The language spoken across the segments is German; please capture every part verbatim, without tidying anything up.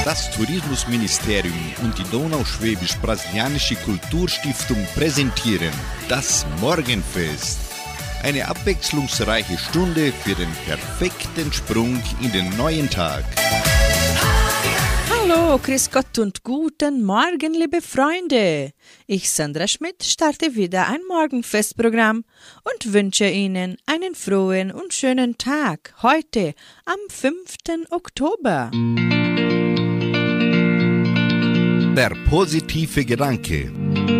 Das Tourismusministerium und die Donauschwäbisch-Brasilianische Kulturstiftung präsentieren das Morgenfest. Eine abwechslungsreiche Stunde für den perfekten Sprung in den neuen Tag. Hallo, grüß Gott und guten Morgen, liebe Freunde. Ich, Sandra Schmidt, starte wieder ein Morgenfestprogramm und wünsche Ihnen einen frohen und schönen Tag heute am fünften Oktober. Der positive Gedanke.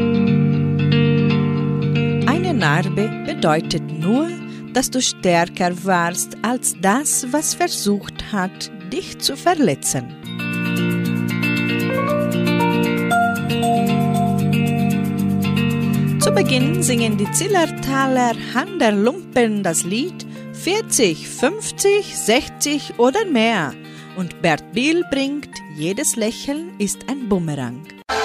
Eine Narbe bedeutet nur, dass du stärker warst als das, was versucht hat, dich zu verletzen. Zu Beginn singen die Zillertaler Handerlumpen das Lied vierzig, fünfzig, sechzig oder mehr. Und Bert Biel bringt Jedes Lächeln ist ein Bumerang.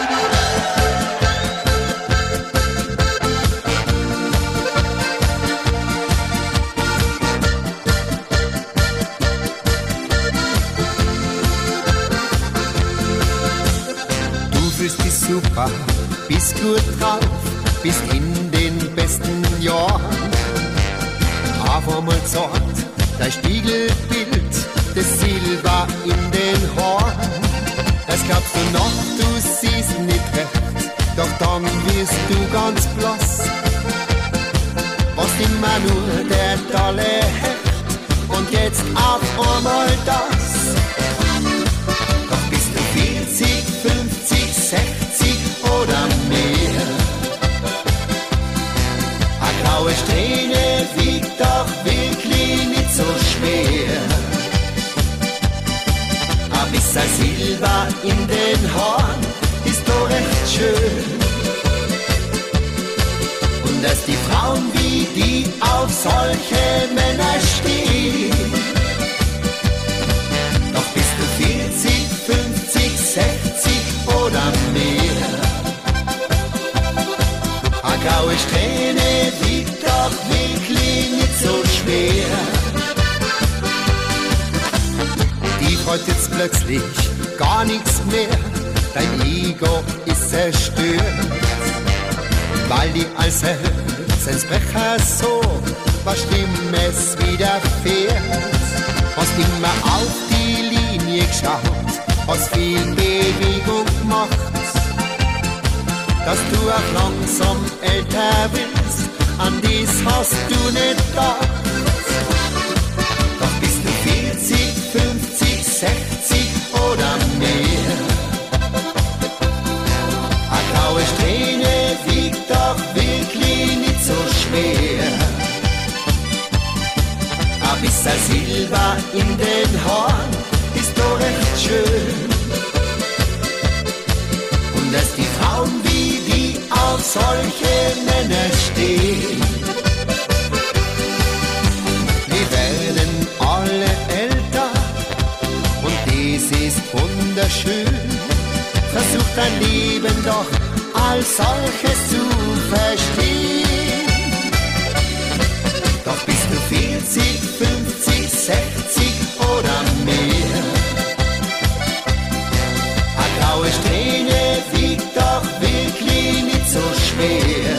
Du fühlst dich super, bist gut drauf, bist in den besten Jahren. Auf einmal sagt dein Spiegelbild das Silber in den Haaren. Das glaubst du noch, du siehst nicht recht, doch dann wirst du ganz blass. Was immer nur der tolle Hecht und jetzt auf einmal das. Doch bist du vierzig, fünfzig, sechzig oder mehr. Eine graue Strähne wiegt doch wirklich nicht so schwer. Ein bisschen Silber in den Haaren ist doch recht schön. Und dass die Frauen wie die auf solche Männer stehen. Doch bist du vierzig, fünfzig, sechzig oder mehr. Eine graue Strähne wiegt doch wirklich nicht so schwer. Die freut jetzt plötzlich gar nichts mehr, dein Ego ist zerstört. Weil die als Herzensbrecher so was Schlimmes widerfährt. Hast immer auf die Linie geschaut, hast viel Bewegung gemacht, dass du auch langsam älter willst, an dies hast du nicht gedacht. Doch bist du vierzig, fünfzig, sechzig oder mehr. Eine graue Strähne wiegt doch wirklich nicht so schwer. Ein bisschen Silber in den Haaren ist doch recht schön. Und dass die Frauen wie die auf solche Männer stehen. Wir werden alle älter und dies ist wunderschön. Versuch dein Leben doch als solches zu verstehen. Doch bist du vierzig, fünfzig, sechzig oder mehr. Eine graue Strähne wiegt doch wirklich nicht so schwer.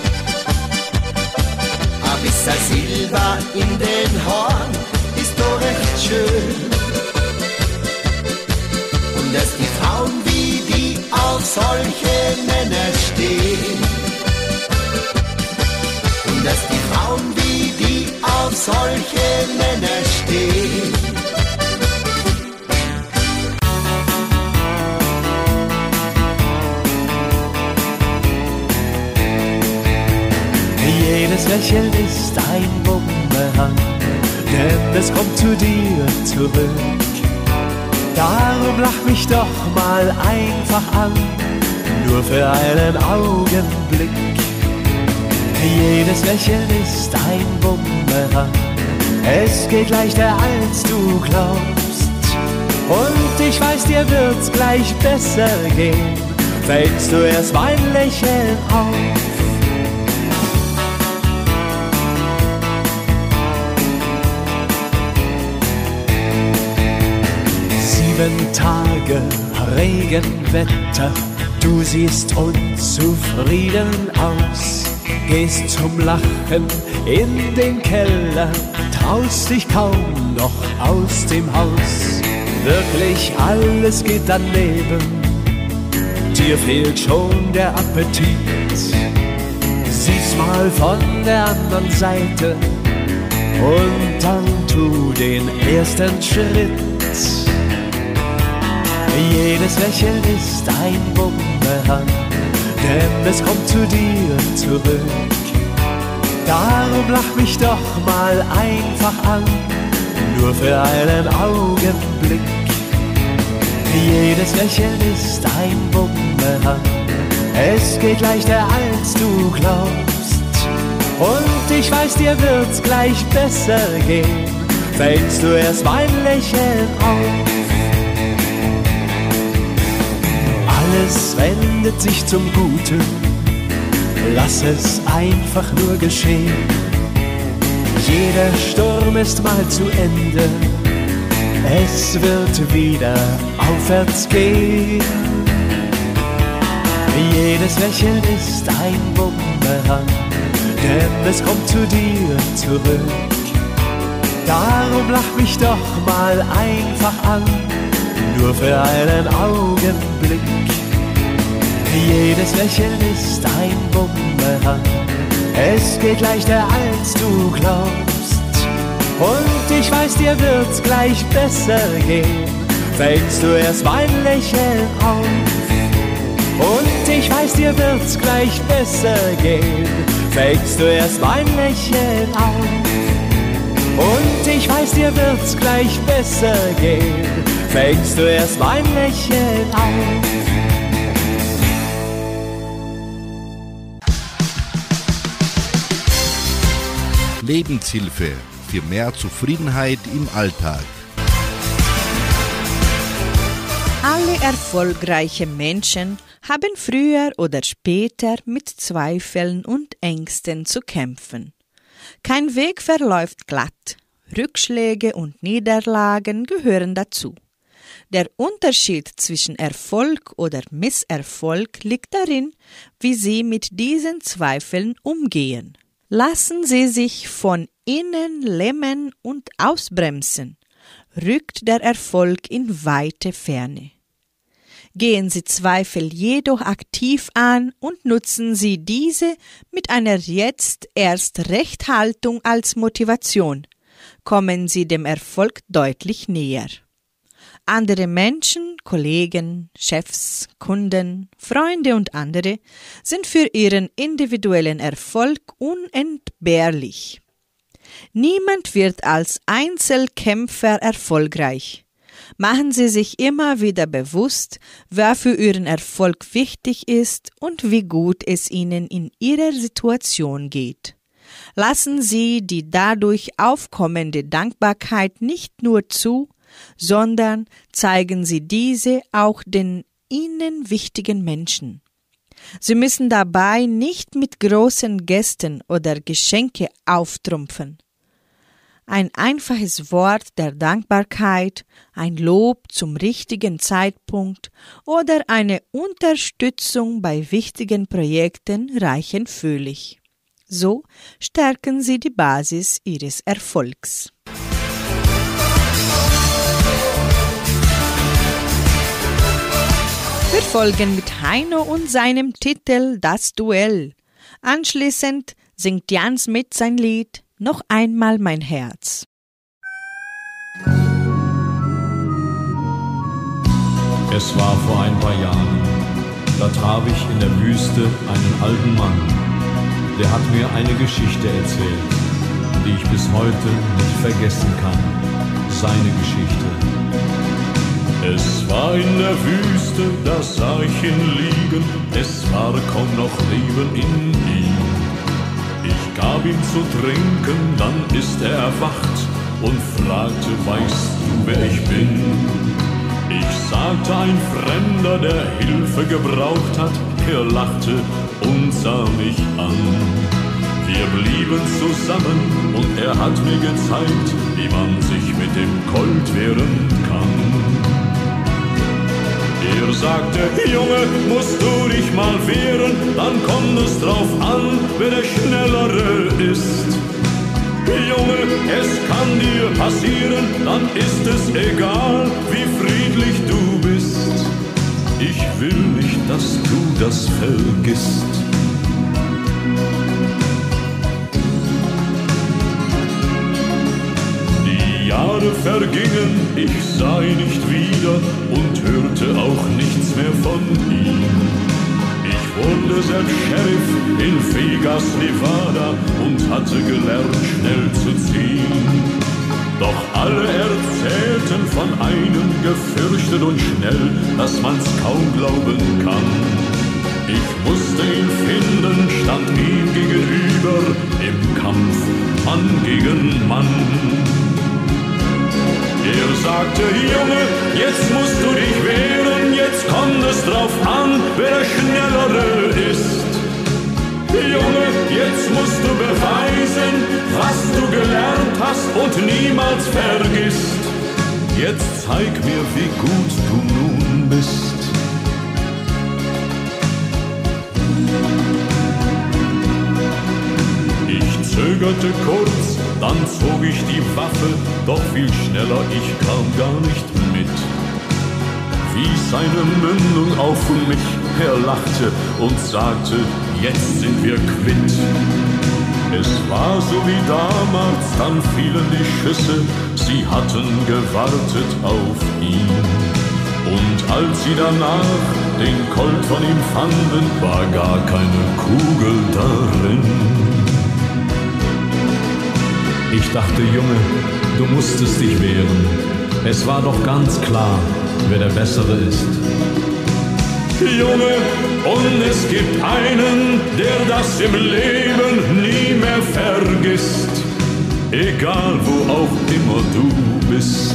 Ein bisschen Silber in den Haaren ist doch recht schön. Und dass die Frauen wie die auf solche Männer stehen. Und dass die Frauen wie die auf solche Männer stehen. Jedes Lächeln ist ein Bumerang, denn es kommt zu dir zurück. Darum lach mich doch mal einfach an, nur für einen Augenblick. Jedes Lächeln ist ein Bumerang, es geht leichter als du glaubst. Und ich weiß, dir wird's gleich besser gehen, fängst du erst mein Lächeln auf. Schönen Tage, Regenwetter, du siehst unzufrieden aus. Gehst zum Lachen in den Keller, traust dich kaum noch aus dem Haus. Wirklich alles geht daneben, dir fehlt schon der Appetit. Sieh's mal von der anderen Seite und dann tu den ersten Schritt. Jedes Lächeln ist ein Bumerang, denn es kommt zu dir zurück. Darum lach mich doch mal einfach an, nur für einen Augenblick. Jedes Lächeln ist ein Bumerang, es geht leichter als du glaubst. Und ich weiß, dir wird's gleich besser gehen, fängst du erst mein Lächeln auf. Alles wendet sich zum Guten, lass es einfach nur geschehen. Jeder Sturm ist mal zu Ende, es wird wieder aufwärts gehen. Jedes Lächeln ist ein Bumerang, denn es kommt zu dir zurück. Darum lach mich doch mal einfach an, nur für einen Augenblick. Jedes Lächeln ist ein Bumerang, es geht leichter als du glaubst. Und ich weiß, dir wird's gleich besser gehen, fängst du erst mein Lächeln auf. Und ich weiß, dir wird's gleich besser gehen, fängst du erst mein Lächeln auf. Und ich weiß, dir wird's gleich besser gehen, fängst du erst mein Lächeln auf. Lebenshilfe für mehr Zufriedenheit im Alltag. Alle erfolgreichen Menschen haben früher oder später mit Zweifeln und Ängsten zu kämpfen. Kein Weg verläuft glatt. Rückschläge und Niederlagen gehören dazu. Der Unterschied zwischen Erfolg oder Misserfolg liegt darin, wie Sie mit diesen Zweifeln umgehen. Lassen Sie sich von innen lähmen und ausbremsen, rückt der Erfolg in weite Ferne. Gehen Sie Zweifel jedoch aktiv an und nutzen Sie diese mit einer jetzt erst Recht-Haltung als Motivation, kommen Sie dem Erfolg deutlich näher. Andere Menschen, Kollegen, Chefs, Kunden, Freunde und andere sind für ihren individuellen Erfolg unentbehrlich. Niemand wird als Einzelkämpfer erfolgreich. Machen Sie sich immer wieder bewusst, wer für Ihren Erfolg wichtig ist und wie gut es Ihnen in Ihrer Situation geht. Lassen Sie die dadurch aufkommende Dankbarkeit nicht nur zu, sondern zeigen Sie diese auch den Ihnen wichtigen Menschen. Sie müssen dabei nicht mit großen Gesten oder Geschenke auftrumpfen. Ein einfaches Wort der Dankbarkeit, ein Lob zum richtigen Zeitpunkt oder eine Unterstützung bei wichtigen Projekten reichen völlig. So stärken Sie die Basis Ihres Erfolgs. Wir folgen mit Heino und seinem Titel Das Duell. Anschließend singt Jan Smith sein Lied Noch einmal mein Herz. Es war vor ein paar Jahren, da traf ich in der Wüste einen alten Mann, der hat mir eine Geschichte erzählt, die ich bis heute nicht vergessen kann, seine Geschichte. Es war in der Wüste, da sah ich ihn liegen, es war kaum noch Leben in ihm. Ich gab ihm zu trinken, dann ist er erwacht und fragte, weißt du, wer ich bin? Ich sagte, ein Fremder, der Hilfe gebraucht hat, er lachte und sah mich an. Wir blieben zusammen und er hat mir gezeigt, wie man sich mit dem Colt wehren kann. sagte, Junge, musst du dich mal wehren, dann kommt es drauf an, wer der Schnellere ist. Junge, es kann dir passieren, dann ist es egal, wie friedlich du bist. Ich will nicht, dass du das vergisst. Die Jahre vergingen, ich sah ihn nicht wieder und hörte auch nichts mehr von ihm. Ich wurde selbst Sheriff in Vegas, Nevada und hatte gelernt, schnell zu ziehen. Doch alle erzählten von einem gefürchtet und schnell, dass man's kaum glauben kann. Ich musste ihn finden, stand ihm gegenüber im Kampf Mann gegen Mann. Er sagte, Junge, jetzt musst du dich wehren, jetzt kommt es drauf an, wer der Schnellere ist. Junge, jetzt musst du beweisen, was du gelernt hast und niemals vergisst. Jetzt zeig mir, wie gut du nun bist. Ich zögerte kurz, dann zog ich die Waffe, doch viel schneller, ich kam gar nicht mit. Wie seine Mündung auf mich, er lachte und sagte, jetzt sind wir quitt. Es war so wie damals, dann fielen die Schüsse, sie hatten gewartet auf ihn. Und als sie danach den Colt von ihm fanden, war gar keine Kugel darin. Ich dachte, Junge, du musstest dich wehren. Es war doch ganz klar, wer der Bessere ist. Junge, und es gibt einen, der das im Leben nie mehr vergisst. Egal wo auch immer du bist.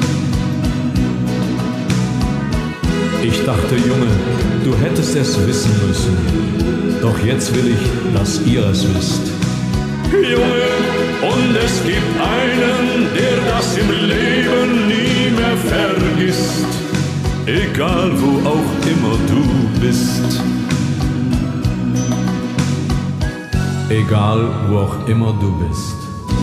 Ich dachte, Junge, du hättest es wissen müssen. Doch jetzt will ich, dass ihr es wisst. Junge, und es gibt einen, der das im Leben nie mehr vergisst. Egal wo auch immer du bist. Egal wo auch immer du bist.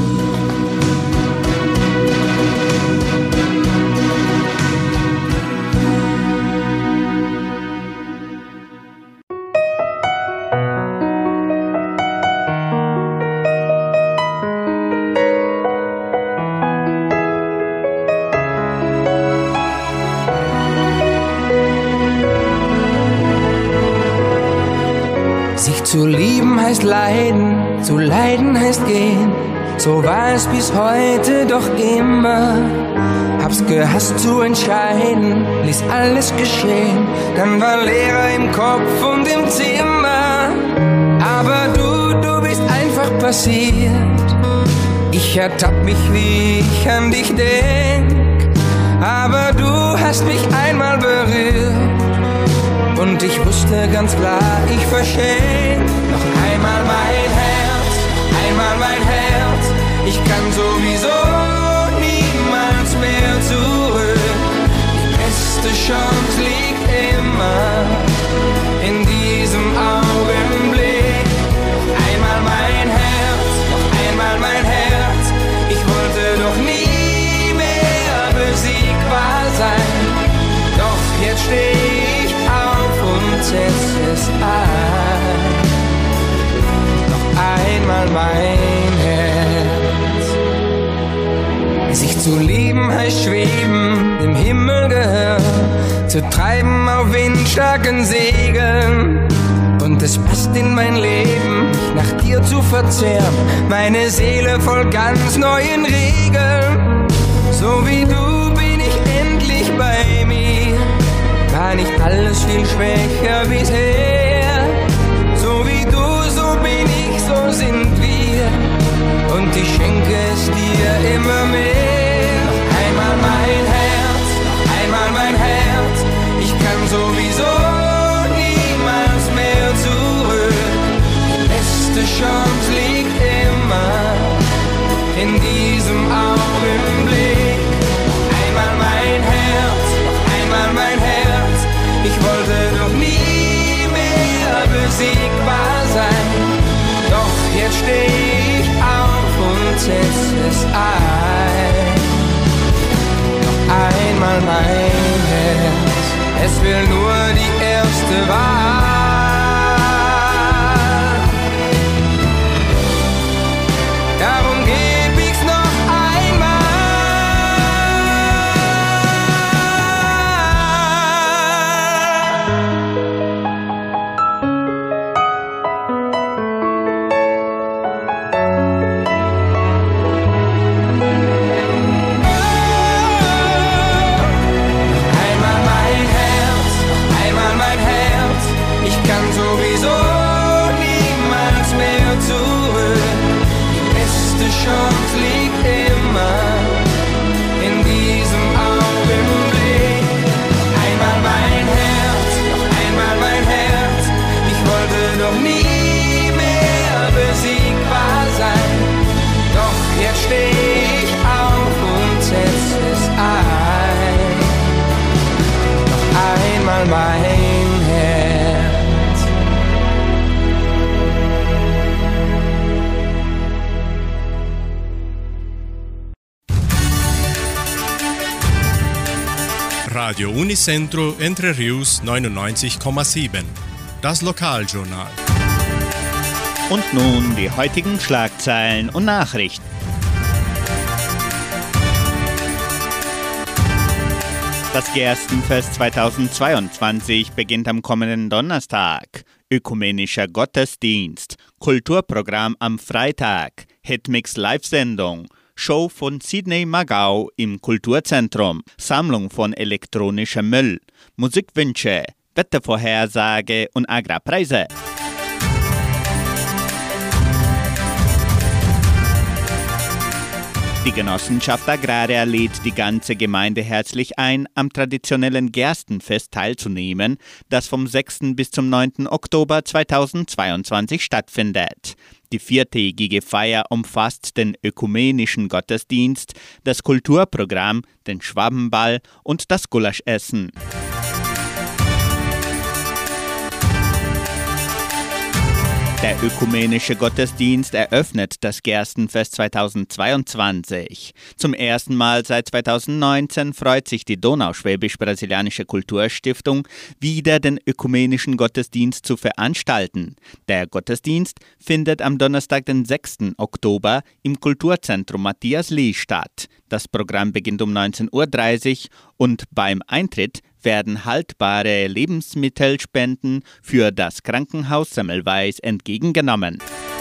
Zu lieben heißt leiden, zu leiden heißt gehen. So war es bis heute doch immer. Hab's gehasst zu entscheiden, ließ alles geschehen. Dann war Leere im Kopf und im Zimmer. Aber du, du bist einfach passiert. Ich ertapp mich, wie ich an dich denk. Aber du hast mich einmal berührt. Und ich wusste ganz klar, ich verschenk noch einmal mein Herz, einmal mein Herz. Ich kann sowieso niemals mehr zurück. Die beste Chance liegt immer in diesem Augenblick. Noch einmal mein Herz, noch einmal mein Herz. Ich wollte doch nie mehr besiegbar sein. Doch jetzt steh ich auf und setz es ein. Noch einmal mein Herz. Sich zu lieben heißt schweben, dem Himmel gehören, zu treiben auf windstarken Segeln. Und es passt in mein Leben, mich nach dir zu verzehren, meine Seele voll ganz neuen Regeln. So wie du bin ich endlich bei mir. War nicht alles viel schwächer bisher. So wie du, so bin ich, so sind wir. Und ich schenke es dir immer mehr. Noch einmal mein Herz, noch einmal mein Herz. Ich kann sowieso niemals mehr zurück. Die beste Chance liegt immer in diesem Augenblick. Noch einmal mein Herz, noch einmal mein Herz. Ich Radio Unicentro Entre Rius neunundneunzig Komma sieben. Das Lokaljournal. Und nun die heutigen Schlagzeilen und Nachrichten. Das Gerstenfest zweitausendzweiundzwanzig beginnt am kommenden Donnerstag. Ökumenischer Gottesdienst, Kulturprogramm am Freitag, Hitmix Live-Sendung, Show von Sidney Magau im Kulturzentrum, Sammlung von elektronischem Müll, Musikwünsche, Wettervorhersage und Agrarpreise. Die Genossenschaft Agraria lädt die ganze Gemeinde herzlich ein, am traditionellen Gerstenfest teilzunehmen, das vom sechsten bis zum neunten Oktober zweitausendzweiundzwanzig stattfindet. Die viertägige Feier umfasst den ökumenischen Gottesdienst, das Kulturprogramm, den Schwabenball und das Gulaschessen. Der ökumenische Gottesdienst eröffnet das Gerstenfest zweitausendzweiundzwanzig. Zum ersten Mal seit zweitausendneunzehn freut sich die Donauschwäbisch-Brasilianische Kulturstiftung, wieder den ökumenischen Gottesdienst zu veranstalten. Der Gottesdienst findet am Donnerstag, den sechsten Oktober, im Kulturzentrum Matthias Lee statt. Das Programm beginnt um neunzehn Uhr dreißig und beim Eintritt werden haltbare Lebensmittelspenden für das Krankenhaus Semmelweis entgegengenommen.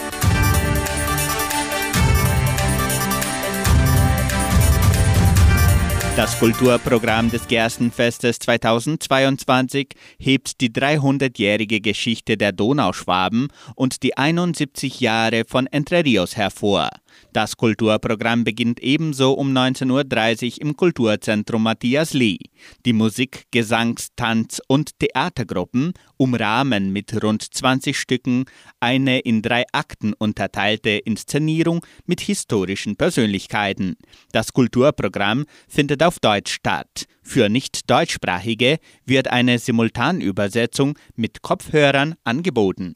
Das Kulturprogramm des Gerstenfestes zweitausendzweiundzwanzig hebt die dreihundertjährige Geschichte der Donauschwaben und die einundsiebzig Jahre von Entre Rios hervor. Das Kulturprogramm beginnt ebenso um neunzehn Uhr dreißig im Kulturzentrum Matthias Lee. Die Musik-, Gesangs-, Tanz- und Theatergruppen umrahmen mit rund zwanzig Stücken eine in drei Akten unterteilte Inszenierung mit historischen Persönlichkeiten. Das Kulturprogramm findet auf Deutsch statt. Für Nicht-Deutschsprachige wird eine Simultanübersetzung mit Kopfhörern angeboten.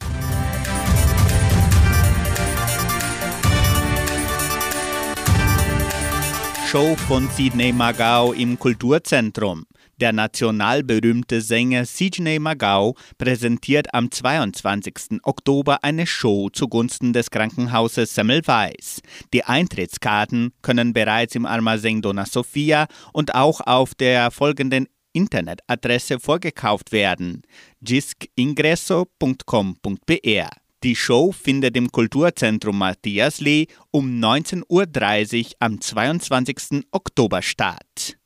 Show von Sidney Magau im Kulturzentrum. Der national berühmte Sänger Sidney Magau präsentiert am zweiundzwanzigsten Oktober eine Show zugunsten des Krankenhauses Semmelweis. Die Eintrittskarten können bereits im Armazém Dona Sofia und auch auf der folgenden Internetadresse vorgekauft werden: disc ingresso punkt com punkt b r. Die Show findet im Kulturzentrum Matthias Lee um neunzehn Uhr dreißig am zweiundzwanzigsten Oktober statt.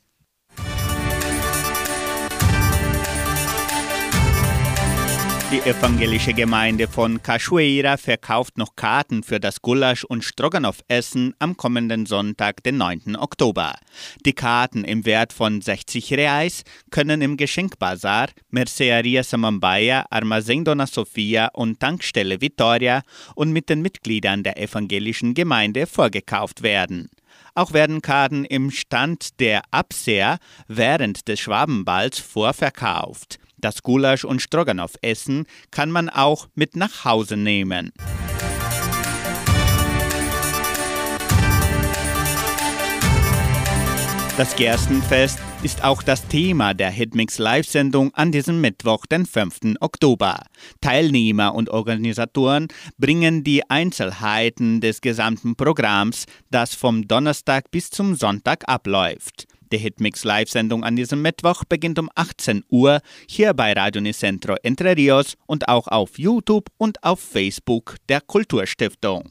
Die evangelische Gemeinde von Cachoeira verkauft noch Karten für das Gulasch- und Stroganoff-Essen am kommenden Sonntag, den neunten Oktober. Die Karten im Wert von sechzig Reais können im Geschenkbazar, Mercearia Samambaia, Armazém Dona Sofia und Tankstelle Vitória und mit den Mitgliedern der evangelischen Gemeinde vorgekauft werden. Auch werden Karten im Stand der Abseher während des Schwabenballs vorverkauft. Das Gulasch- und Stroganoff-Essen kann man auch mit nach Hause nehmen. Das Gerstenfest ist auch das Thema der Hitmix Live-Sendung an diesem Mittwoch, den fünften Oktober. Teilnehmer und Organisatoren bringen die Einzelheiten des gesamten Programms, das vom Donnerstag bis zum Sonntag abläuft. Die Hitmix Live-Sendung an diesem Mittwoch beginnt um achtzehn Uhr hier bei Radio Unicentro Entre Rios und auch auf YouTube und auf Facebook der Kulturstiftung.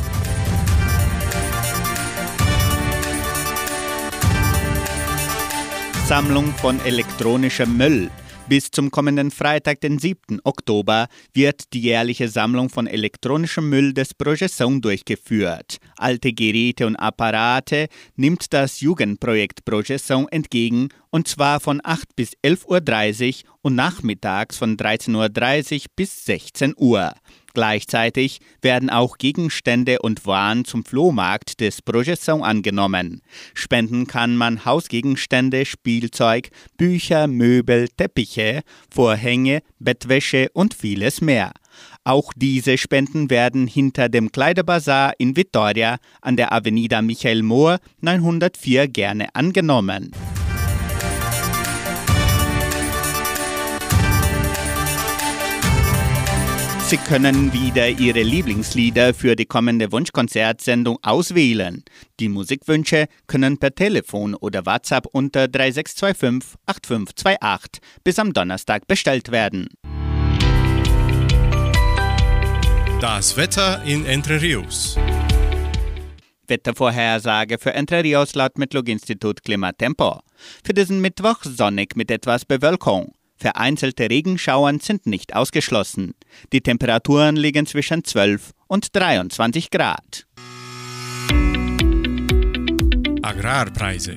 Sammlung von elektronischem Müll. Bis zum kommenden Freitag, den siebten Oktober, wird die jährliche Sammlung von elektronischem Müll des Projeção durchgeführt. Alte Geräte und Apparate nimmt das Jugendprojekt Projeção entgegen, und zwar von acht bis elf Uhr dreißig und nachmittags von dreizehn Uhr dreißig bis sechzehn Uhr. Gleichzeitig werden auch Gegenstände und Waren zum Flohmarkt des Projeção angenommen. Spenden kann man Hausgegenstände, Spielzeug, Bücher, Möbel, Teppiche, Vorhänge, Bettwäsche und vieles mehr. Auch diese Spenden werden hinter dem Kleiderbazar in Vitória an der Avenida Michael Mohr neunhundertvier gerne angenommen. Sie können wieder Ihre Lieblingslieder für die kommende Wunschkonzertsendung auswählen. Die Musikwünsche können per Telefon oder WhatsApp unter drei sechs zwei fünf acht fünf zwei acht bis am Donnerstag bestellt werden. Das Wetter in Entre Rios. Wettervorhersage für Entre Rios laut Metlog-Institut Klimatempo. Für diesen Mittwoch sonnig mit etwas Bewölkung. Vereinzelte Regenschauern sind nicht ausgeschlossen. Die Temperaturen liegen zwischen zwölf und dreiundzwanzig Grad. Agrarpreise.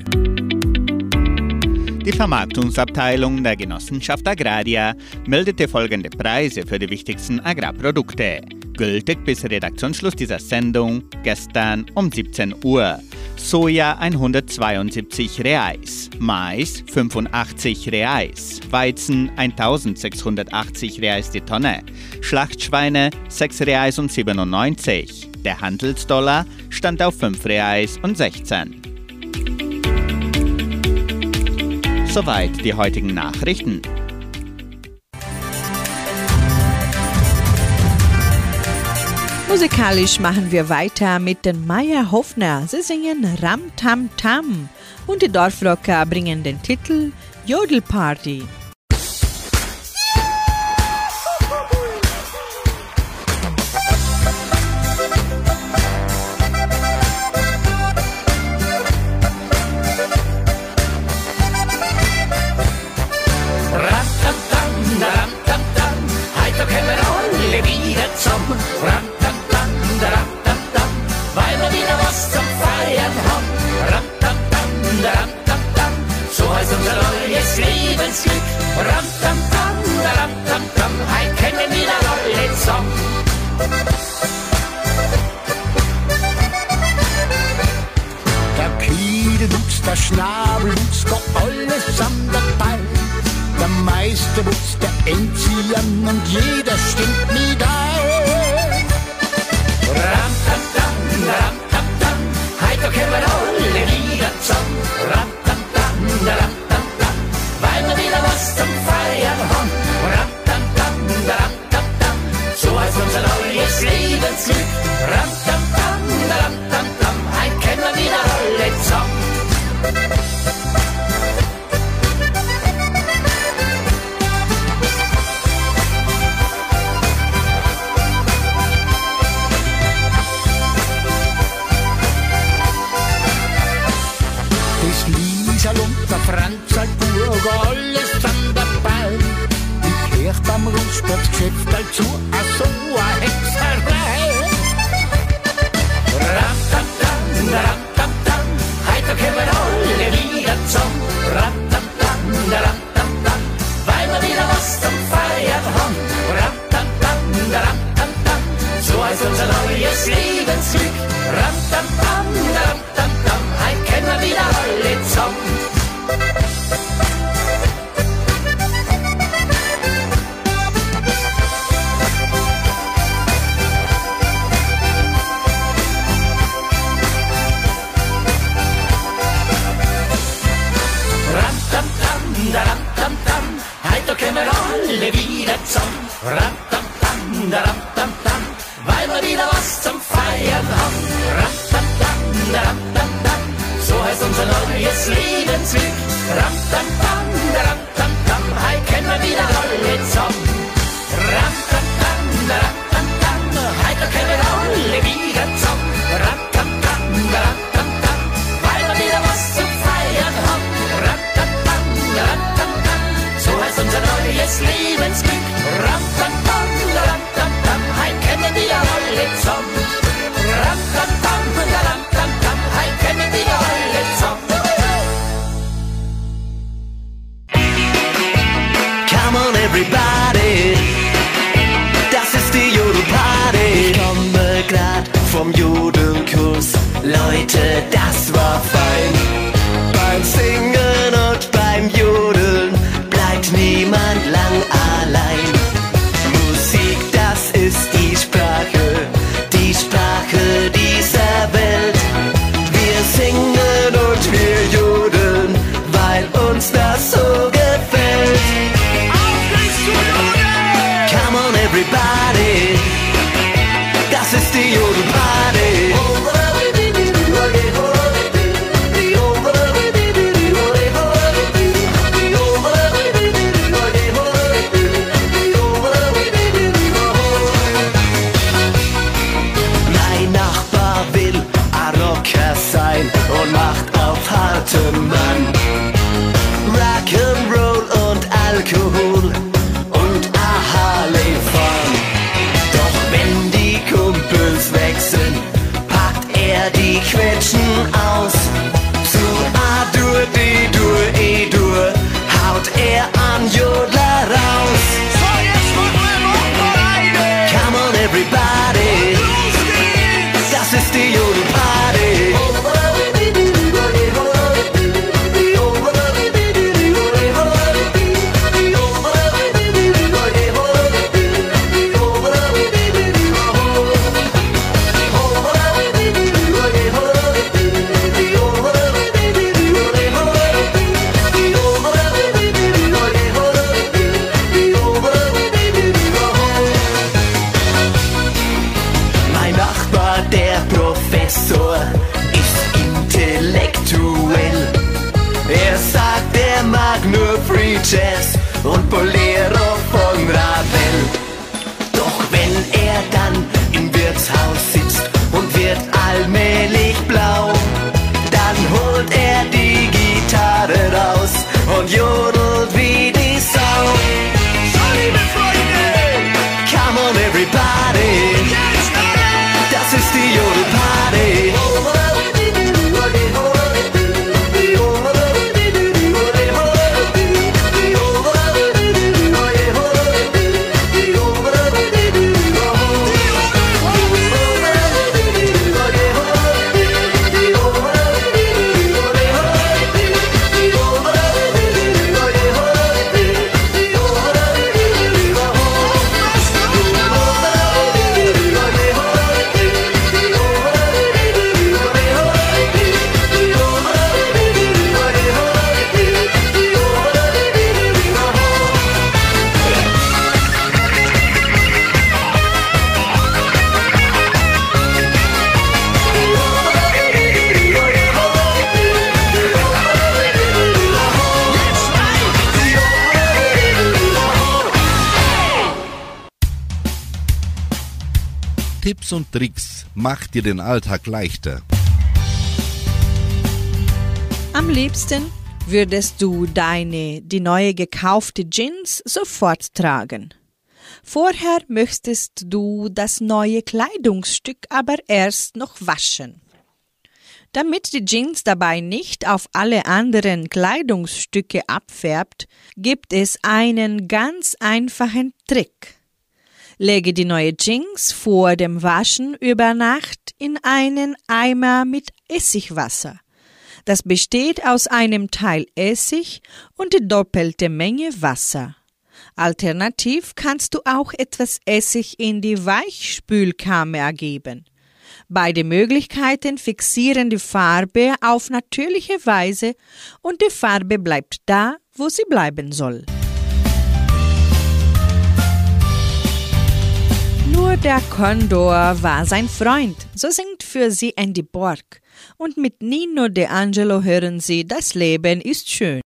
Die Vermarktungsabteilung der Genossenschaft Agraria meldete folgende Preise für die wichtigsten Agrarprodukte. Gültig bis Redaktionsschluss dieser Sendung gestern um siebzehn Uhr. Soja hundertzweiundsiebzig Reais, Mais fünfundachtzig Reais, Weizen eintausendsechshundertachtzig Reais die Tonne, Schlachtschweine sechs Reais und siebenundneunzig. Der Handelsdollar stand auf fünf Reais und sechzehn. Soweit die heutigen Nachrichten. Musikalisch machen wir weiter mit den Meier Hofner. Sie singen Ram Tam Tam und die Dorfrocker bringen den Titel Jodelparty. Der Schnabelwutz, da alles an der Ball. Der Meisterwutz, der Enzian und jeder stimmt mit ein. Ram, tam, tam, ram, tam, tam, heute kommen wir alle wieder zusammen. Ram, tam, tam, ram, tam, tam, weil wir wieder was zum Feiern haben. Ram, tam, tam, ram, tam, tam, so heißt unser neues Lebensglück. Ram, tam, tam, ram, tam, tam, heute kommen wir wieder alle zusammen. Und der Franz Alburger, alles an der Ball. Ich hör beim Rundsportgeschäft dazu, a so a Hexerei. Ram, tam, tam, ram, tam, tam, heute kommen wir alle wieder zusammen. Ram, tam, tam, ram, tam, tam, weil wir wieder was zum Feiern haben. Ram, tam, tam, ram, tam, tam, so heißt unser neues Lebensglück. Ram, tam, tam, ram, tam, tam, heute kommen wir wieder alle zusammen. Alle wieder zusammen, ram, tam, tam, ram, tam, tam, weil wir wieder was zum Feiern haben. Ram, tam, tam, ram, tam, tam, so heißt unser neues Lebensglück. Ram, tam, tam, ram, tam, tam, heute kennen wir wieder alle zusammen. Ram, tam, tam, ram, tam, tam, heute kennen wir alle wieder zusammen. Ram, tam, tam, ram, tam, tam, weil wir wieder was zum Feiern haben. Ram, tam, tam, ram, tam, tam, so heißt unser neues Lebensglück. Ram, tam, tam, ram, tam, tam, heute kennen wir alle zusammen. Ram, tam, tam, ram, tam, tam, heute kennen wir alle zusammen. Come on everybody, das ist die Jodelparty. Ich komme grad vom Jodelkurs, Leute, das war fein. Beim Singen und beim Jodeln bleibt niemand lang allein. Musik, das ist die Sprache, die Sprache dieser Welt. Wir singen und wir jodeln, weil uns das so gefällt. Come on everybody, Jazz und Bolero von Ravel. Doch wenn er dann im Wirtshaus sitzt und wird allmählich blau, dann holt er die Gitarre raus und jodelt wie die Sau. So, liebe Freunde, come on everybody, das ist die Jodelparty. Tipps und Tricks macht dir den Alltag leichter. Am liebsten würdest du deine, die neue gekaufte Jeans sofort tragen. Vorher möchtest du das neue Kleidungsstück aber erst noch waschen. Damit die Jeans dabei nicht auf alle anderen Kleidungsstücke abfärbt, gibt es einen ganz einfachen Trick. Lege die neue Jeans vor dem Waschen über Nacht in einen Eimer mit Essigwasser. Das besteht aus einem Teil Essig und die doppelte Menge Wasser. Alternativ kannst du auch etwas Essig in die Weichspülkammer geben. Beide Möglichkeiten fixieren die Farbe auf natürliche Weise und die Farbe bleibt da, wo sie bleiben soll. Nur der Kondor war sein Freund, so singt für sie Andy Borg. Und mit Nino D'Angelo hören sie, das Leben ist schön.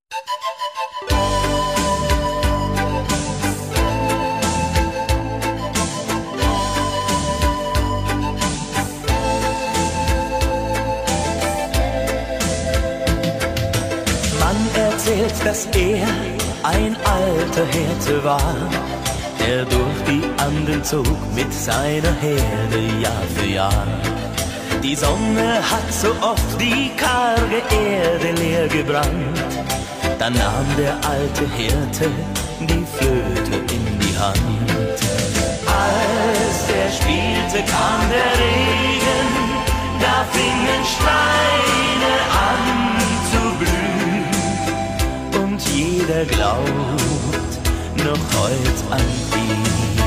Man erzählt, dass er ein alter Hirte war, der durch die Anden zog mit seiner Herde Jahr für Jahr. Die Sonne hat so oft die karge Erde leer gebrannt. Dann nahm der alte Hirte die Flöte in die Hand. Als er spielte, kam der Regen, da fingen Steine an zu blühen. Und jeder glaubt noch heut an ihn.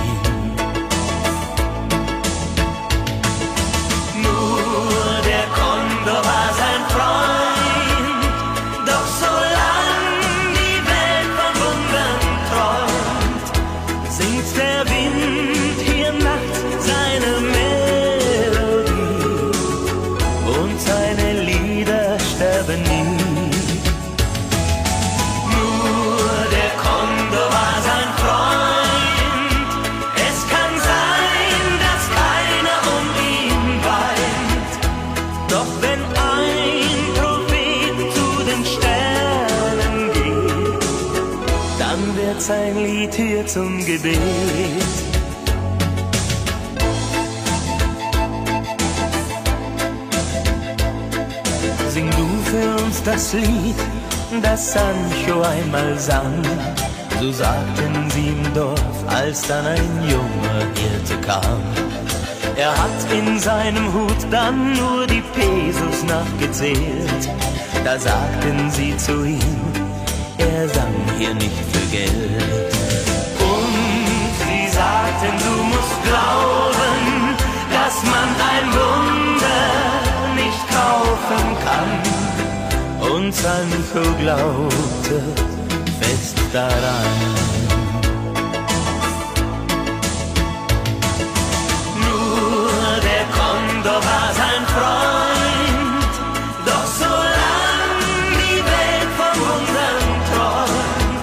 Nur der Kondor war sein Freund, doch solange die Welt von Wundern träumt, singt der Wind hier nachts seine Melodie und seine Lieder sterben nie. Sein Lied hier zum Gebet. Sing du für uns das Lied, das Sancho einmal sang. So sagten sie im Dorf, als dann ein junger Hirte kam. Er hat in seinem Hut dann nur die Pesos nachgezählt. Da sagten sie zu ihm, er sang hier nicht für Geld. Und sie sagten, du musst glauben, dass man ein Wunder nicht kaufen kann. Und Sancho glaubte fest daran. Nur der Kondor war sein Freund, doch solange die Welt von Wundern träumt,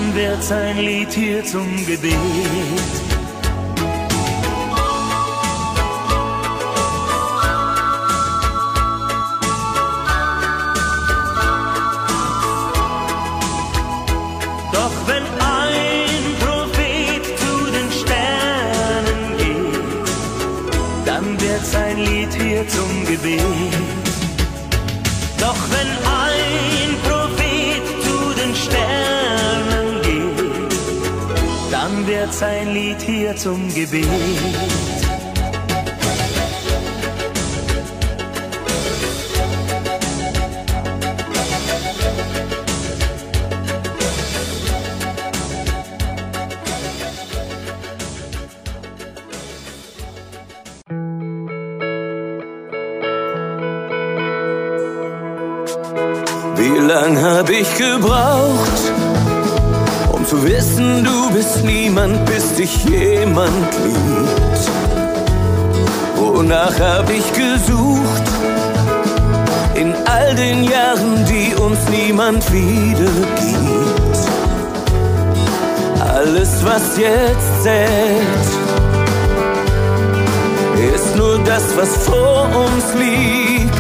dann wird's ein Lied hier zum Gebet. Doch wenn ein Prophet zu den Sternen geht, dann wird's ein Lied hier zum Gebet. Doch wenn ein Prophet zu den Sternen geht, dann wird's ein Lied hier zum Gebet. Wie lang hab ich gebraucht, um zu wissen, du bist niemand, bis dich jemand liebt? Wonach hab ich gesucht, in all den Jahren, die uns niemand wiedergibt? Alles, was jetzt zählt, ist nur das, was vor uns liegt.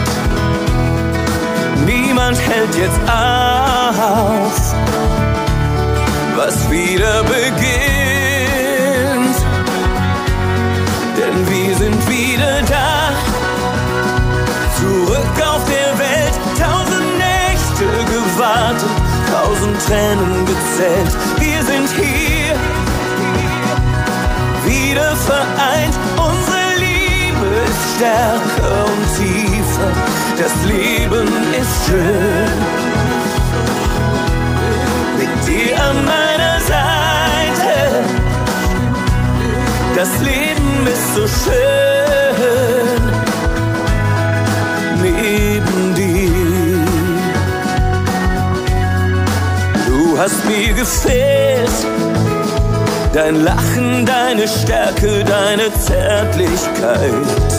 Niemand hält jetzt auf, was wieder beginnt. Denn wir sind wieder da, zurück auf der Welt. Tausend Nächte gewartet, tausend Tränen gezählt. Wir sind hier, wieder vereint. Unsere Liebe ist stärker und tiefer. Das Leben ist schön, mit dir an meiner Seite. Das Leben ist so schön, neben dir. Du hast mir gefehlt, dein Lachen, deine Stärke, deine Zärtlichkeit.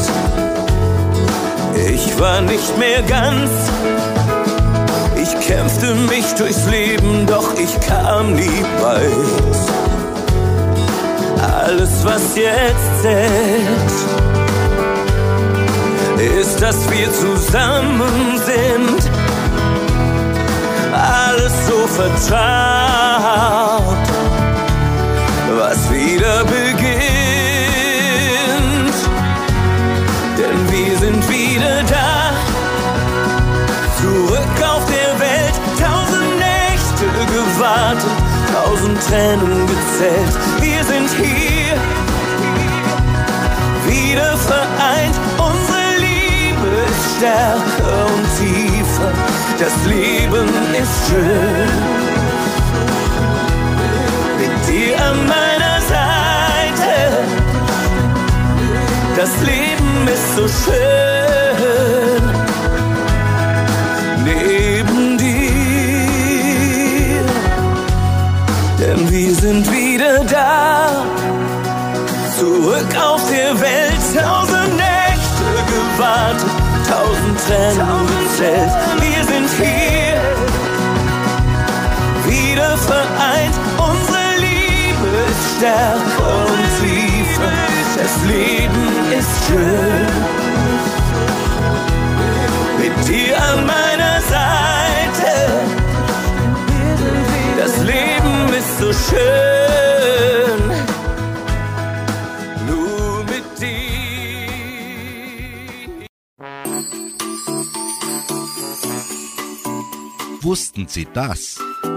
Ich war nicht mehr ganz, ich kämpfte mich durchs Leben, doch ich kam nie weit. Alles, was jetzt zählt, ist, dass wir zusammen sind. Alles so vertraut, was wieder beginnt. Denn wir sind wieder da, zurück auf der Welt. Tausend Nächte gewartet, tausend Tränen gezählt. Wir sind hier, wieder vereint. Unsere Liebe ist stärker und tiefer. Das Leben ist schön, mit dir an meiner Seite. Das Leben ist so schön, neben dir. Denn wir sind wieder da, zurück auf der Welt. Tausend Nächte gewartet, tausend Tränen gezählt. Wir sind hier, wieder vereint. Unsere Liebe ist stärker und tiefer. Das Leben ist schön, mit dir an meiner Seite. Das Leben ist so schön, nur mit dir. Wussten Sie das?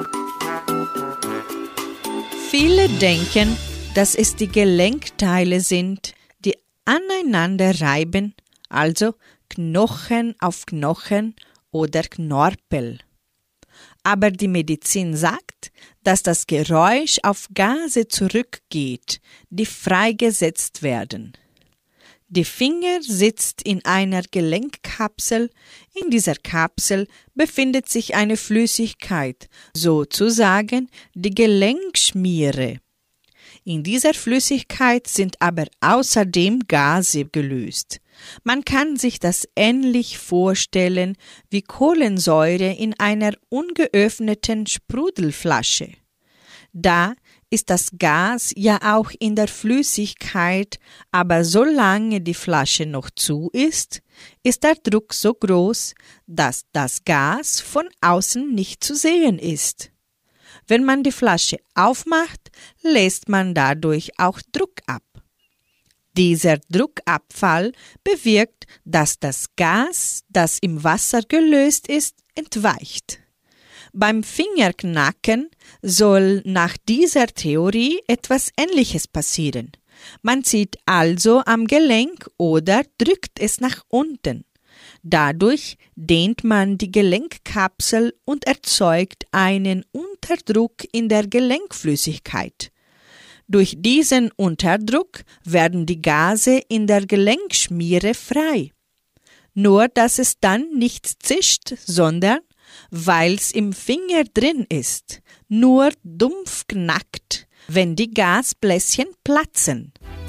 Viele denken, dass es die Gelenkteile sind, die aneinander reiben, also Knochen auf Knochen oder Knorpel. Aber die Medizin sagt, dass das Geräusch auf Gase zurückgeht, die freigesetzt werden. Die Finger sitzt in einer Gelenkkapsel. In dieser Kapsel befindet sich eine Flüssigkeit, sozusagen die Gelenkschmiere. In dieser Flüssigkeit sind aber außerdem Gase gelöst. Man kann sich das ähnlich vorstellen wie Kohlensäure in einer ungeöffneten Sprudelflasche. Da ist das Gas ja auch in der Flüssigkeit, aber solange die Flasche noch zu ist, ist der Druck so groß, dass das Gas von außen nicht zu sehen ist. Wenn man die Flasche aufmacht, lässt man dadurch auch Druck ab. Dieser Druckabfall bewirkt, dass das Gas, das im Wasser gelöst ist, entweicht. Beim Fingerknacken soll nach dieser Theorie etwas Ähnliches passieren. Man zieht also am Gelenk oder drückt es nach unten. Dadurch dehnt man die Gelenkkapsel und erzeugt einen Unterdruck in der Gelenkflüssigkeit. Durch diesen Unterdruck werden die Gase in der Gelenkschmiere frei. Nur dass es dann nicht zischt, sondern weil's im Finger drin ist, nur dumpf knackt, wenn die Gasbläschen platzen.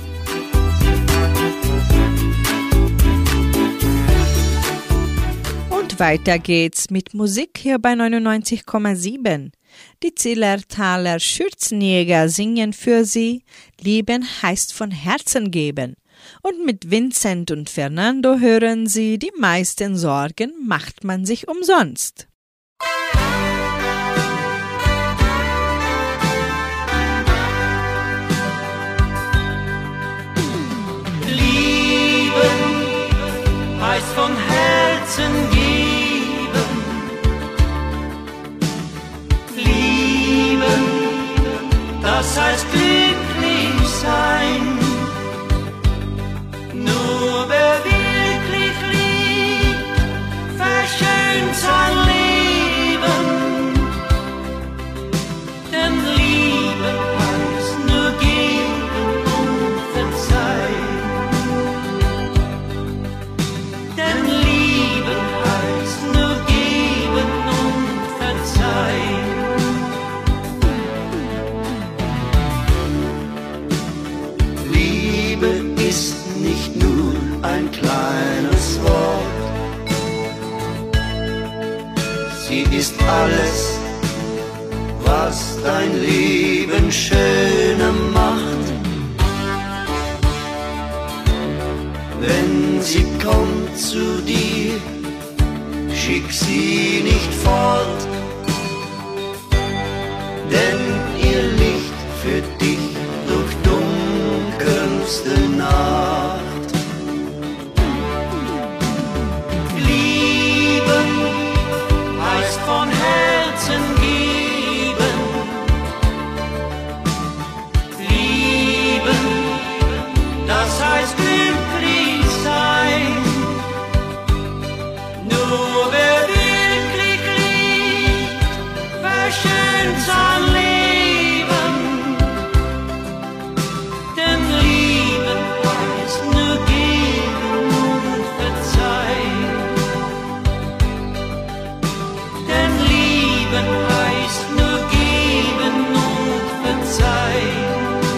Und weiter geht's mit Musik hier bei neunundneunzig Komma sieben. Die Zillertaler Schürzenjäger singen für Sie Lieben heißt von Herzen geben. Und mit Vincent und Fernando hören Sie, die meisten Sorgen macht man sich umsonst. Lieben heißt von Herzen geben. Lieben, das heißt glücklich sein. Nur wer wirklich liebt, verschönt sein Leben. Denn Liebe heißt nur geben und verzeihen. Denn Liebe heißt nur geben und verzeihen. Liebe ist nicht nur ein kleines Wort. Sie ist alles, was dein Leben schöner macht. Wenn sie kommt zu dir, schick sie nicht fort, denn ihr Licht führt dich durch dunkelste Nacht. Lieben heißt von Herzen geben. Lieben, das heißt glücklich sein. Nur wer wirklich liebt, verschönt sein Leben. Denn Lieben heißt nur geben und verzeihen. Denn Lieben heißt nur geben und verzeihen.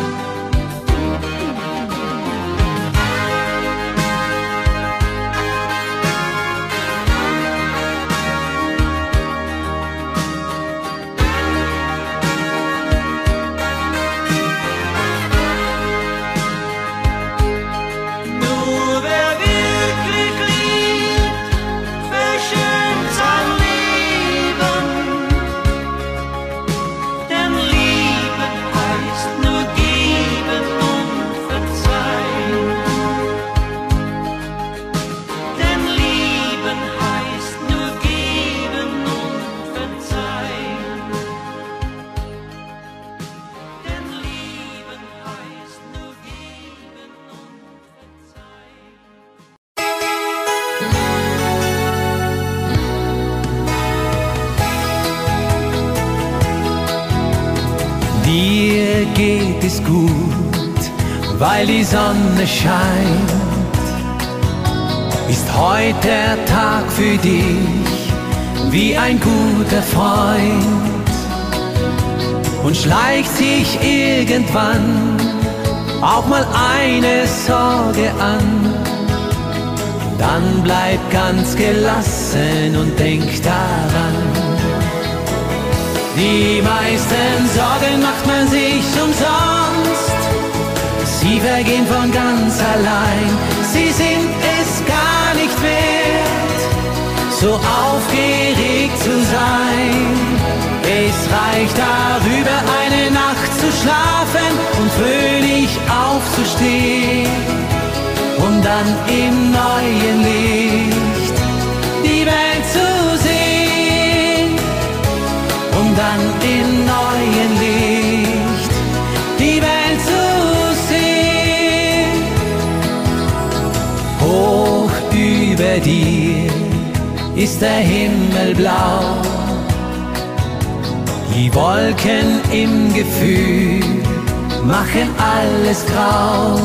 Nur wer wirklich liebt, verschönt sein Leben. Denn Liebe heißt nur geben und verzeihen. Denn Lieben heißt nur geben und verzeihen. Denn Lieben heißt nur geben und Dir geht es gut, weil die Sonne scheint. Ist heute der Tag für dich wie ein guter Freund und schleicht sich irgendwann auch mal eine Sorge an. Dann bleib ganz gelassen und denk daran. Die meisten Sorgen macht vergehen von ganz allein. Sie sind es gar nicht wert, so aufgeregt zu sein. Es reicht darüber, eine Nacht zu schlafen und fröhlich aufzustehen und dann im neuen Licht die Welt zu sehen. Und dann im neuen Licht die Welt zu sehen. Hoch über dir ist der Himmel blau, die Wolken im Gefühl machen alles grau.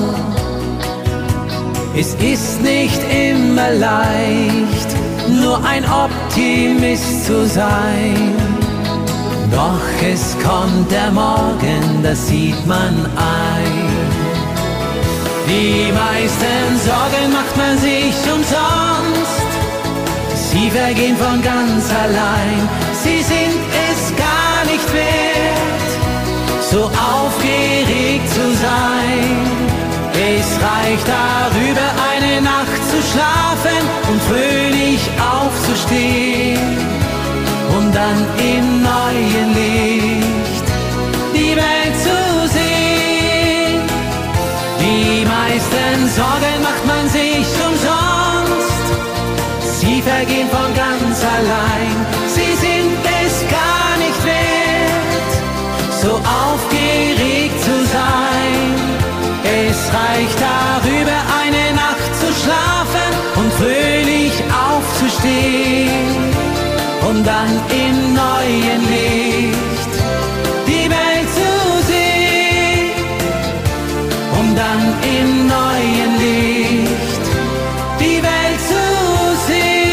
Es ist nicht immer leicht, nur ein Optimist zu sein. Doch es kommt der Morgen, das sieht man ein. Die meisten Sorgen macht man sich umsonst, sie vergehen von ganz allein. Sie sind es gar nicht wert, so aufgeregt zu sein. Es reicht darüber, eine Nacht zu schlafen und fröhlich aufzustehen und dann im neuen Licht die Welt zu sehen. Die meisten Sorgen macht man sich umsonst, sie vergehen von ganz allein. Sie sind es gar nicht wert, so aufgeregt zu sein. Es reicht darüber, eine Nacht zu schlafen und fröhlich aufzustehen und dann im neuen Licht die Welt zu sehen. Und dann im neuen Licht die Welt zu sehen.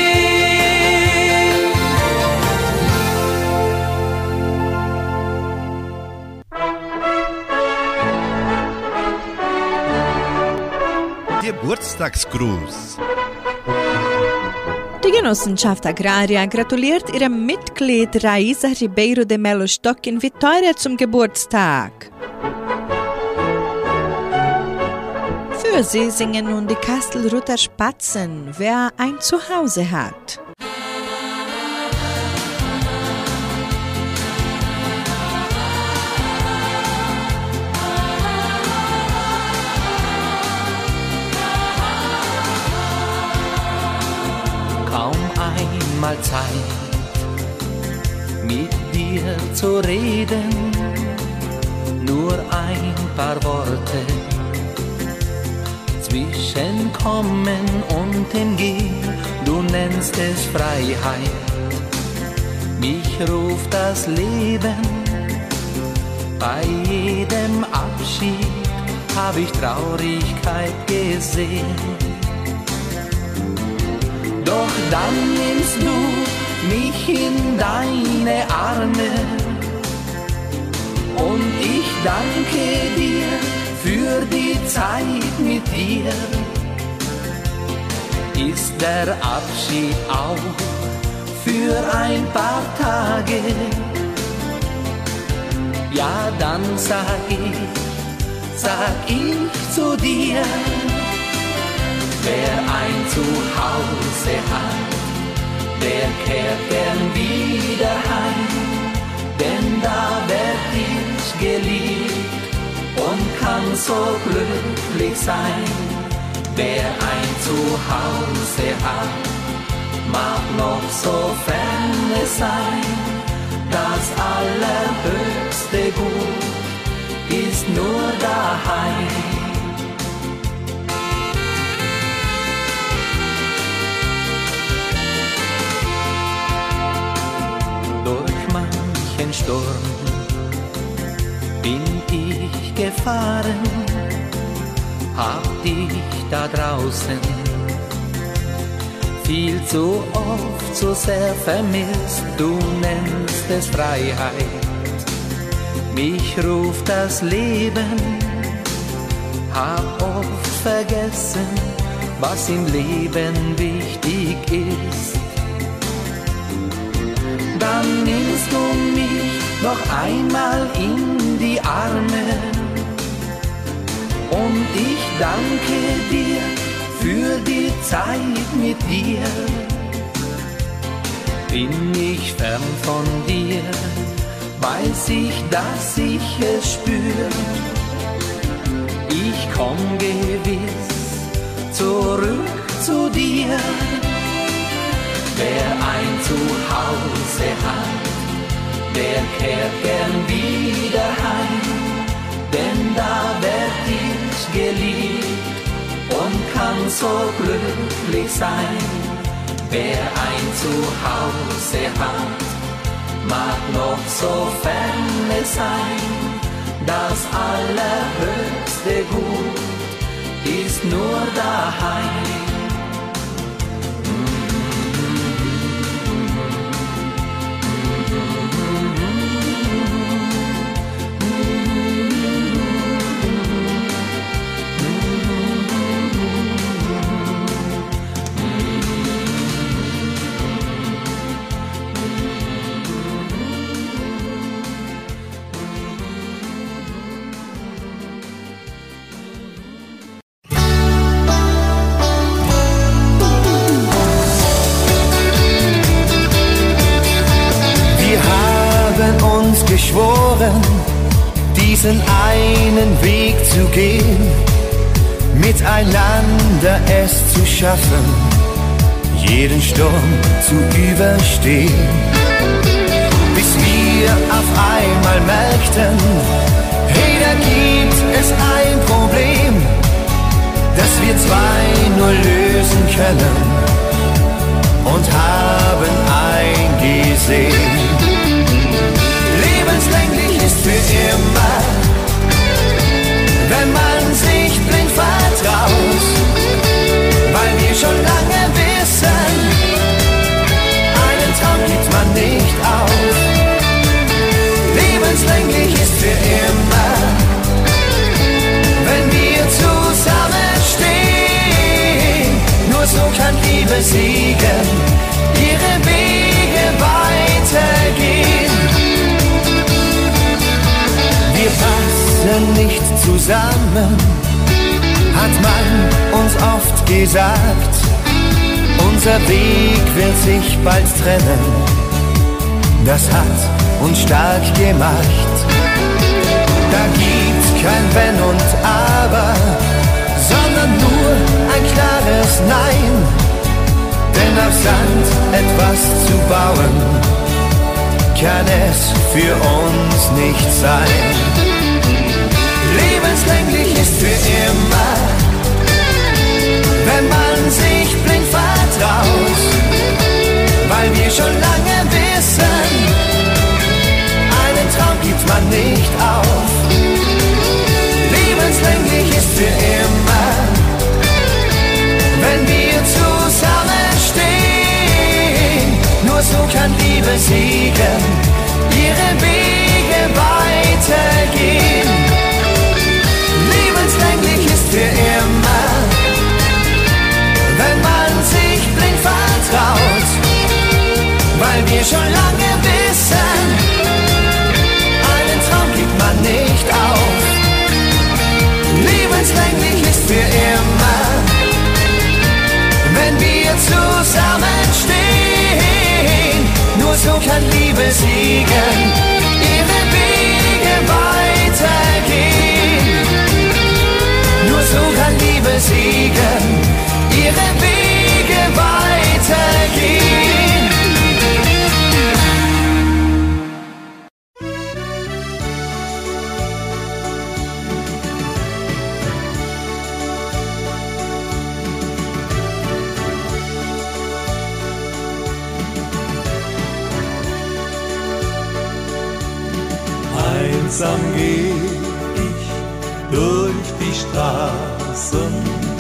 Geburtstagsgruß. Die Genossenschaft Agraria gratuliert ihrem Mitglied Raisa Ribeiro de Melo Stock in Vitória zum Geburtstag. Für sie singen nun die Kastelruther Spatzen, wer ein Zuhause hat. Mal Zeit, mit dir zu reden, nur ein paar Worte, zwischen Kommen und dem Gehen, du nennst es Freiheit, mich ruft das Leben, bei jedem Abschied hab ich Traurigkeit gesehen. Doch dann nimmst du mich in deine Arme und ich danke dir für die Zeit mit dir. Ist der Abschied auch für ein paar Tage? Ja, dann sag ich, sag ich zu dir, wer ein Zuhause hat, der kehrt gern wieder heim, denn da werd ich geliebt und kann so glücklich sein. Wer ein Zuhause hat, mag noch so ferne sein, das allerhöchste Gut ist nur daheim. Sturm bin ich gefahren, hab dich da draußen viel zu oft so sehr vermisst. Du nennst es Freiheit, mich ruft das Leben, hab oft vergessen, was im Leben wichtig ist. Dann nimmst du mich noch einmal in die Arme und ich danke dir für die Zeit mit dir. Bin ich fern von dir, weiß ich, dass ich es spür. Ich komm gewiss zurück zu dir. Wer ein Zuhause hat, der kehrt gern wieder heim, denn da werd ich geliebt und kann so glücklich sein. Wer ein Zuhause hat, mag noch so ferne sein, das allerhöchste Gut ist nur daheim. Geschworen, diesen einen Weg zu gehen, miteinander es zu schaffen, jeden Sturm zu überstehen, bis wir auf einmal merkten, hey, da gibt es ein Problem, das wir zwei nur lösen können, und haben eingesehen, lebenslänglich ist für immer, wenn man sich blind vertraut, weil wir schon lange wissen, einen Traum gibt man nicht auf. Lebenslänglich ist für immer, wenn wir zusammenstehen, nur so kann Liebe siegen, ihre Wege weitergehen. Wir passen nicht zusammen, hat man uns oft gesagt. Unser Weg wird sich bald trennen, das hat uns stark gemacht. Da gibt's kein Wenn und Aber, sondern nur ein klares Nein. Denn auf Sand etwas zu bauen, kann es für uns nicht sein. Lebenslänglich ist für immer, wenn man sich blind vertraut, weil wir schon lange wissen, einen Traum gibt man nicht auf. Lebenslänglich ist für immer, wenn wir zusammenstehen, nur so kann Liebe siegen, ihre Wege weitergehen. Lebenslänglich ist für immer, wenn man sich blind vertraut, weil wir schon lange wissen, einen Traum gibt man nicht auf. Lebenslänglich ist für immer, wenn wir zusammenstehen, nur so kann Liebe siegen, ihre Wege weitergehen. Nur so kann Liebe siegen, ihre Wege weitergehen. Einsam geh ich durch die Straßen,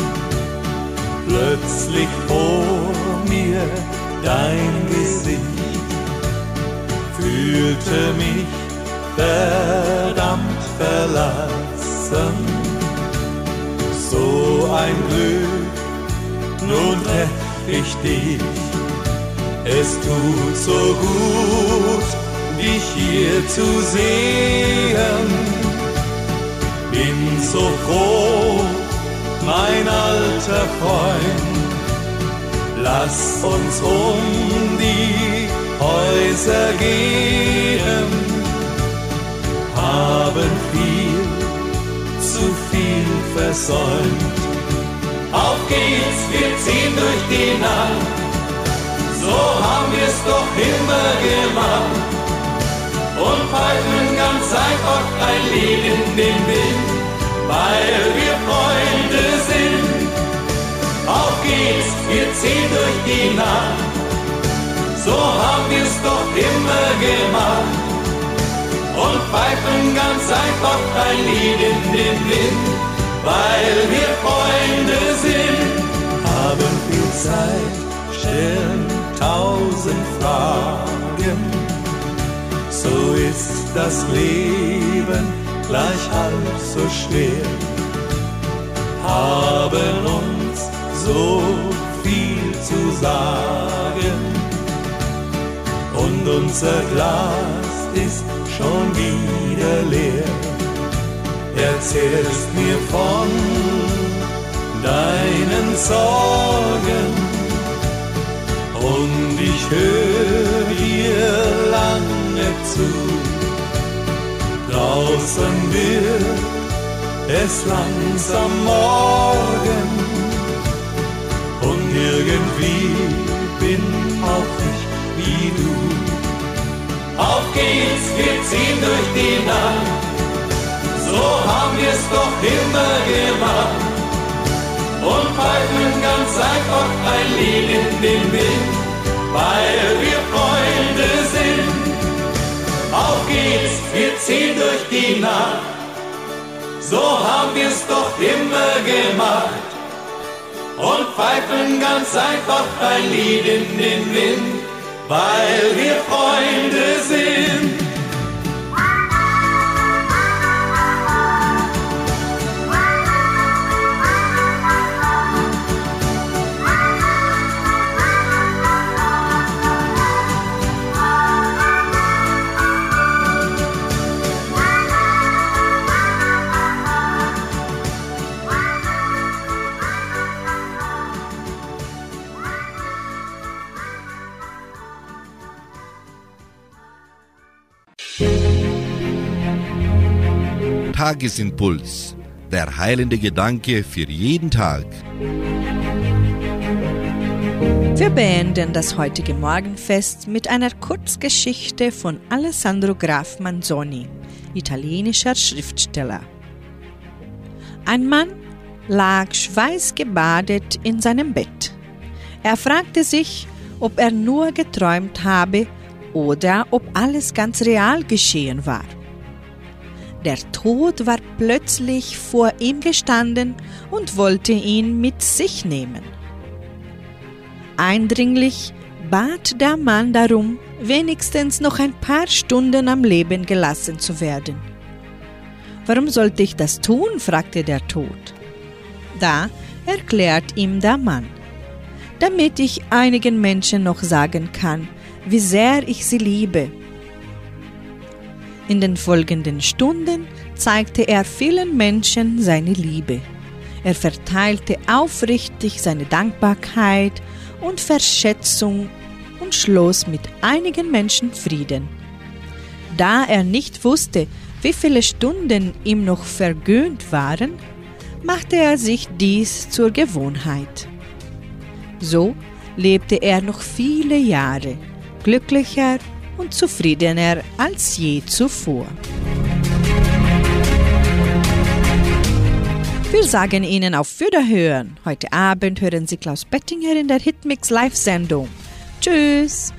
plötzlich vor mir dein Gesicht, fühlte mich verdammt verlassen. So ein Glück, nun treff ich dich, es tut so gut, dich hier zu sehen. Bin so froh, alter Freund. Lass uns um die Häuser gehen, haben viel, zu viel versäumt. Auf geht's, wir ziehen durch die Nacht, so haben wir's doch immer gemacht. Und pfeifen ganz einfach ein Lied in den Wind, weil wir Freunde sind. Auf geht's, wir ziehen durch die Nacht, so haben wir's doch immer gemacht. Und pfeifen ganz einfach ein Lied in den Wind, weil wir Freunde sind. Haben viel Zeit, stellen tausend Fragen, so ist das Leben gleich halb so schwer. Haben uns so viel zu sagen und unser Glas ist schon wieder leer. Erzählst mir von deinen Sorgen und ich höre dir lange zu. Draußen wird es langsam morgen und irgendwie bin auch ich wie du. Auf geht's, wir ziehen durch die Nacht, so haben wir's doch immer gemacht. Und pfeifen ganz einfach ein Lied in den Wind, weil wir Freunde sind. Auf geht's, wir ziehen durch die Nacht, so haben wir's doch immer gemacht. Und pfeifen ganz einfach ein Lied in den Wind, weil wir Freunde sind. Tagesimpuls, der heilende Gedanke für jeden Tag. Wir beenden das heutige Morgenfest mit einer Kurzgeschichte von Alessandro Graf Manzoni, italienischer Schriftsteller. Ein Mann lag schweißgebadet in seinem Bett. Er fragte sich, ob er nur geträumt habe oder ob alles ganz real geschehen war. Der Tod war plötzlich vor ihm gestanden und wollte ihn mit sich nehmen. Eindringlich bat der Mann darum, wenigstens noch ein paar Stunden am Leben gelassen zu werden. »Warum sollte ich das tun?« fragte der Tod. Da erklärt ihm der Mann: »Damit ich einigen Menschen noch sagen kann, wie sehr ich sie liebe.« In den folgenden Stunden zeigte er vielen Menschen seine Liebe. Er verteilte aufrichtig seine Dankbarkeit und Verschätzung und schloss mit einigen Menschen Frieden. Da er nicht wusste, wie viele Stunden ihm noch vergönnt waren, machte er sich dies zur Gewohnheit. So lebte er noch viele Jahre, glücklicher und zufriedener als je zuvor. Wir sagen Ihnen auf Wiederhören. Heute Abend hören Sie Klaus Bettinger in der Hitmix Live-Sendung. Tschüss!